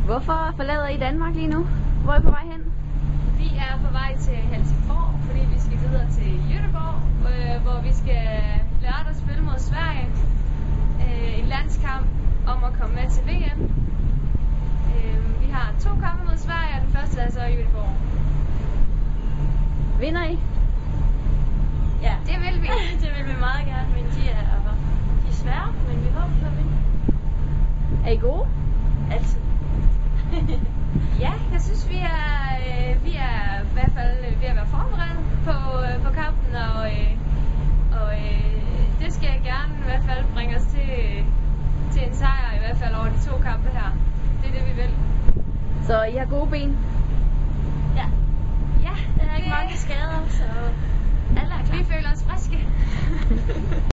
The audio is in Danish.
Hvorfor forlader I Danmark lige nu? Hvor er I på vej hen? Vi er på vej til Helsingborg, fordi vi skal videre til Göteborg, hvor vi skal lørdag spille mod Sverige. En landskamp om at komme med til VM. Vi har 2 kampe mod Sverige, og den første er så i Göteborg. Vinder I? Ja, det vil vi. Det vil vi meget gerne, men de er svære, men vi håber på at vinde. Er I gode? Altid. Ja, jeg synes, vi er i hvert fald ved at være forberedt på kampen, og det skal gerne i hvert fald bringe os til en sejr, i hvert fald over de 2 kampe her. Det er det, vi vil. Så I har gode ben? Ja. Ja, Der er ikke mange skader, så alle er klar. Vi føler os friske.